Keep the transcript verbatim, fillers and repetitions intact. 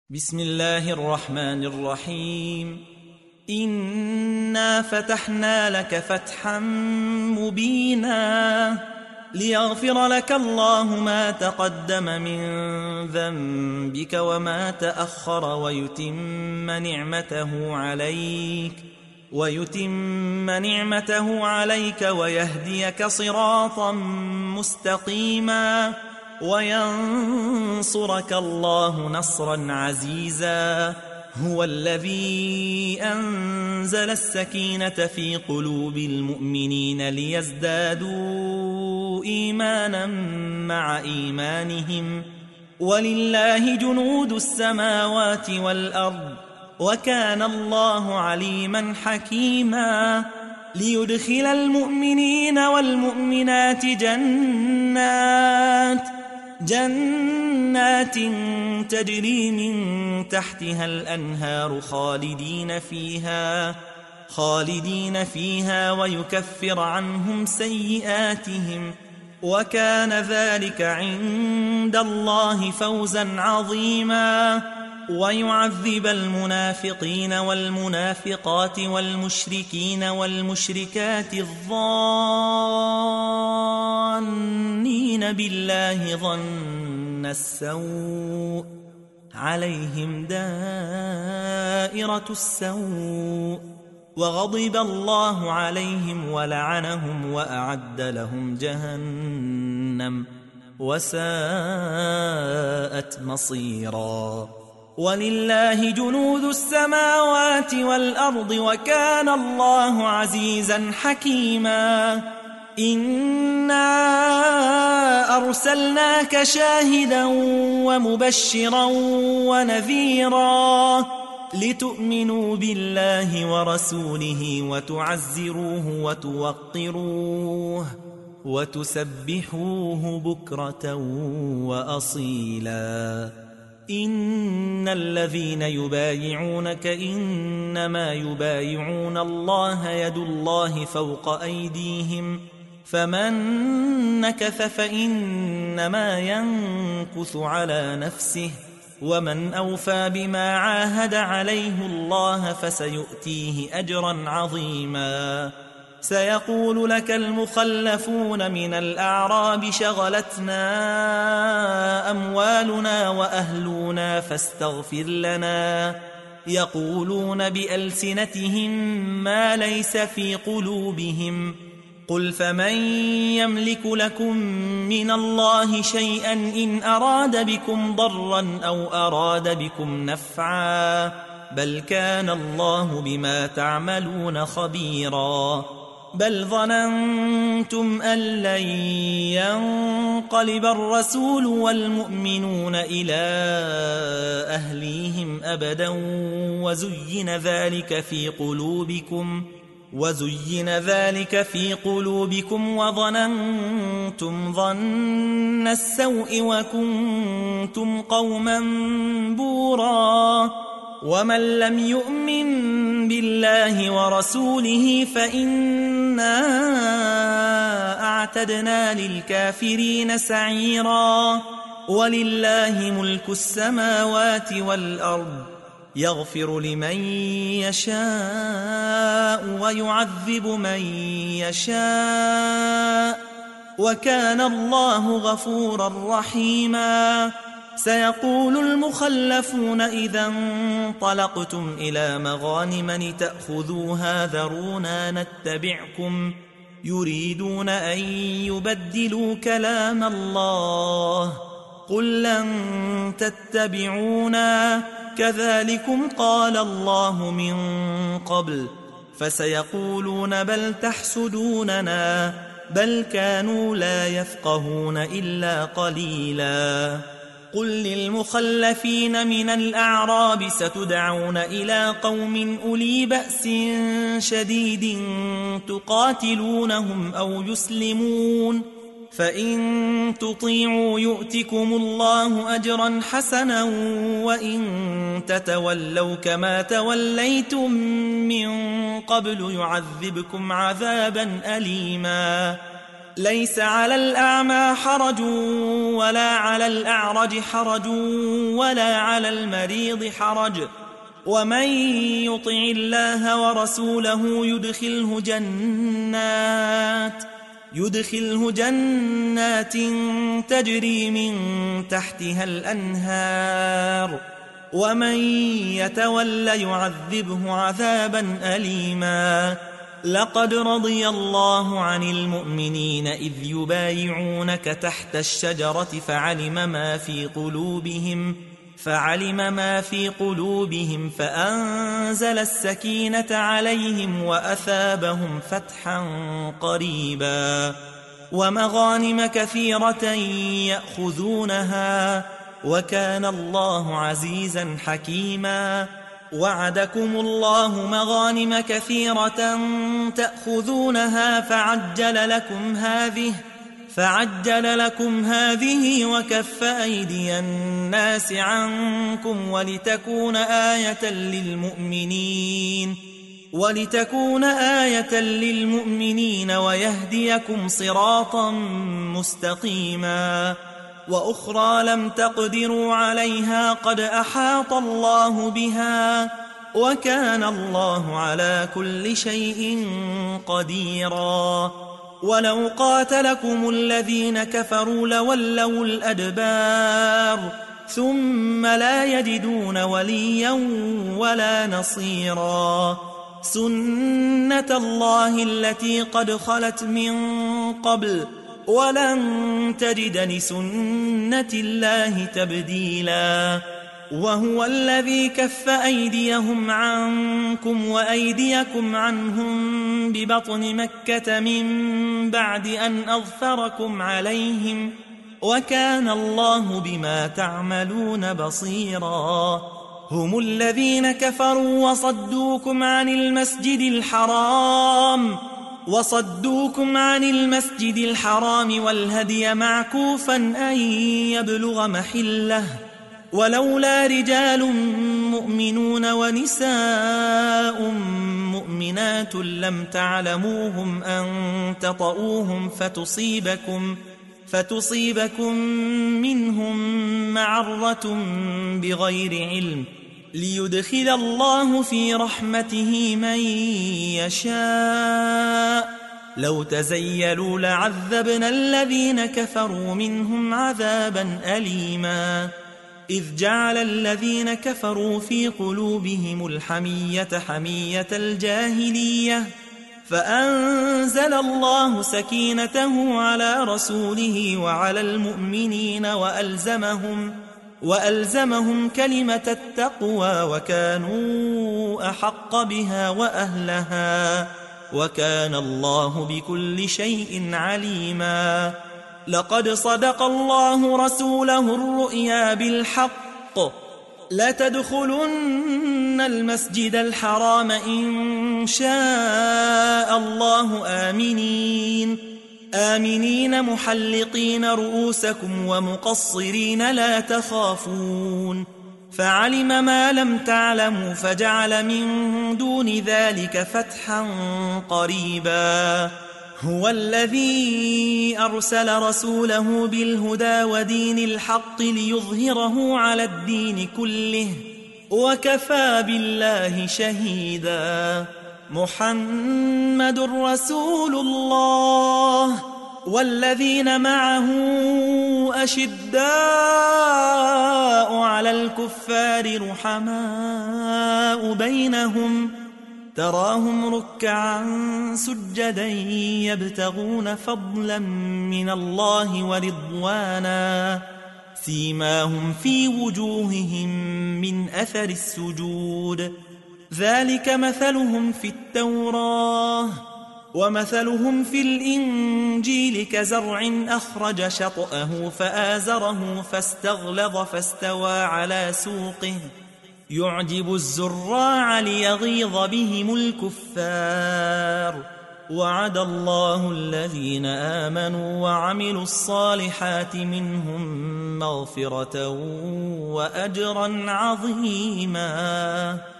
بسم الله الرحمن الرحيم. إنا فتحنا لك فتحا مبينا ليغفر لك الله ما تقدم من ذنبك وما تأخر ويتم نعمته عليك ويتم نعمته عليك ويهديك صراطا مستقيما وينصرك الله نصرا عزيزا. هو الذي أنزل السكينة في قلوب المؤمنين ليزدادوا إيمانا مع إيمانهم ولله جنود السماوات والأرض وكان الله عليما حكيما. ليدخل المؤمنين والمؤمنات جنات جنات تجري من تحتها الأنهار خالدين فيها خالدين فيها ويكفر عنهم سيئاتهم وكان ذلك عند الله فوزا عظيما. ويعذب المنافقين والمنافقات والمشركين والمشركات الظانين بالله ظن السوء عليهم دائرة السوء وغضب الله عليهم ولعنهم وأعد لهم جهنم وساءت مصيرا. ولله جنود السماوات والأرض وكان الله عزيزا حكيما. إنا أرسلناك شاهدا ومبشرا ونذيرا لتؤمنوا بالله ورسوله وتعزروه وتوقروه وتسبحوه بكرة وأصيلا. إن الذين يبايعونك إنما يبايعون الله يد الله فوق أيديهم فمن نكث فإنما ينكث على نفسه ومن أوفى بما عاهد عليه الله فسيؤتيه أجرا عظيما. سيقول لك المخلفون من الأعراب شغلتنا أموالنا وأهلنا فاستغفر لنا يقولون بألسنتهم ما ليس في قلوبهم قل فمن يملك لكم من الله شيئا إن أراد بكم ضرا أو أراد بكم نفعا بل كان الله بما تعملون خبيرا. بل ظننتم أن لن ينقلب الرسول والمؤمنون إلى أهليهم أبدا وزين ذلك في قلوبكم وزين ذلك في قلوبكم وظننتم ظن السوء وكنتم قوما بورا. ومن لم يؤمن بالله ورسوله فإنا أعتدنا للكافرين سعيرا. ولله ملك السماوات والأرض يغفر لمن يشاء ويعذب من يشاء وكان الله غفورا رحيما. سيقول المخلفون إذا انطلقتم إلى مغانم لتأخذوها ذرونا نتبعكم يريدون أن يبدلوا كلام الله قل لن تتبعونا كذلكم قال الله من قبل فسيقولون بل تحسدوننا بل كانوا لا يفقهون إلا قليلا. قل للمخلفين من الأعراب ستدعون إلى قوم أولي بأس شديد تقاتلونهم أو يسلمون فإن تطيعوا يؤتكم الله أجرا حسنا وإن تتولوا كما توليتم من قبل يعذبكم عذابا أليما. ليس على الأعمى حرج ولا على الأعرج حرج ولا على المريض حرج ومن يطع الله ورسوله يدخله جنات يدخله جنات تجري من تحتها الأنهار ومن يتول يعذبه عذابا أليما. لقد رضي الله عن المؤمنين إذ يبايعونك تحت الشجرة فعلم ما في قلوبهم فعلم ما في قلوبهم فأنزل السكينة عليهم وأثابهم فتحا قريبا ومغانم كثيرة يأخذونها وكان الله عزيزا حكيما. وعدكم الله مغانم كثيرة تأخذونها فعجل لكم هذه فعجل لكم هذه وكف أيدي الناس عنكم ولتكون آية للمؤمنين ولتكون آية للمؤمنين ويهديكم صراطا مستقيما. وأخرى لم تقدروا عليها قد أحاط الله بها وكان الله على كل شيء قديرا. ولو قاتلكم الذين كفروا لولوا الأدبار ثم لا يجدون وليا ولا نصيرا. سنة الله التي قد خلت من قبل ولن تجد لسنة الله تبديلا. وهو الذي كف أيديهم عنكم وأيديكم عنهم ببطن مكة من بعد أن أظفركم عليهم وكان الله بما تعملون بصيرا. هم الذين كفروا وصدوكم عن المسجد الحرام وصدوكم عن المسجد الحرام والهدي معكوفا أن يبلغ محله ولولا رجال مؤمنون ونساء مؤمنات لم تعلموهم أن تطؤوهم فتصيبكم فتصيبكم منهم معرة بغير علم ليدخل الله في رحمته من يشاء. لو تزيلوا لعذبنا الذين كفروا منهم عذابا أليما. إذ جعل الذين كفروا في قلوبهم الحمية حمية الجاهلية فأنزل الله سكينته على رسوله وعلى المؤمنين وألزمهم وألزمهم كلمة التقوى وكانوا أحق بها وأهلها وكان الله بكل شيء عليما. لقد صدق الله رسوله الرؤيا بالحق لتدخلن المسجد الحرام إن شاء الله آمنين آمنين محلقين رؤوسكم ومقصرين لا تخافون فعلم ما لم تعلموا فجعل من دون ذلك فتحا قريبا. هو الذي أرسل رسوله بالهدى ودين الحق ليظهره على الدين كله وكفى بالله شهيدا. محمد رسول الله والذين معه أشداء على الكفار رحماء بينهم تراهم ركعا سجدا يبتغون فضلا من الله ورضوانا سيماهم في وجوههم من أثر السجود ذلك مثلهم في التوراة ومثلهم في الإنجيل كزرع أخرج شطأه فآزره فاستغلظ فاستوى على سوقه يعجب الزراع ليغيظ بهم الكفار. وعد الله الذين آمنوا وعملوا الصالحات منهم مغفرة وأجرا عظيما.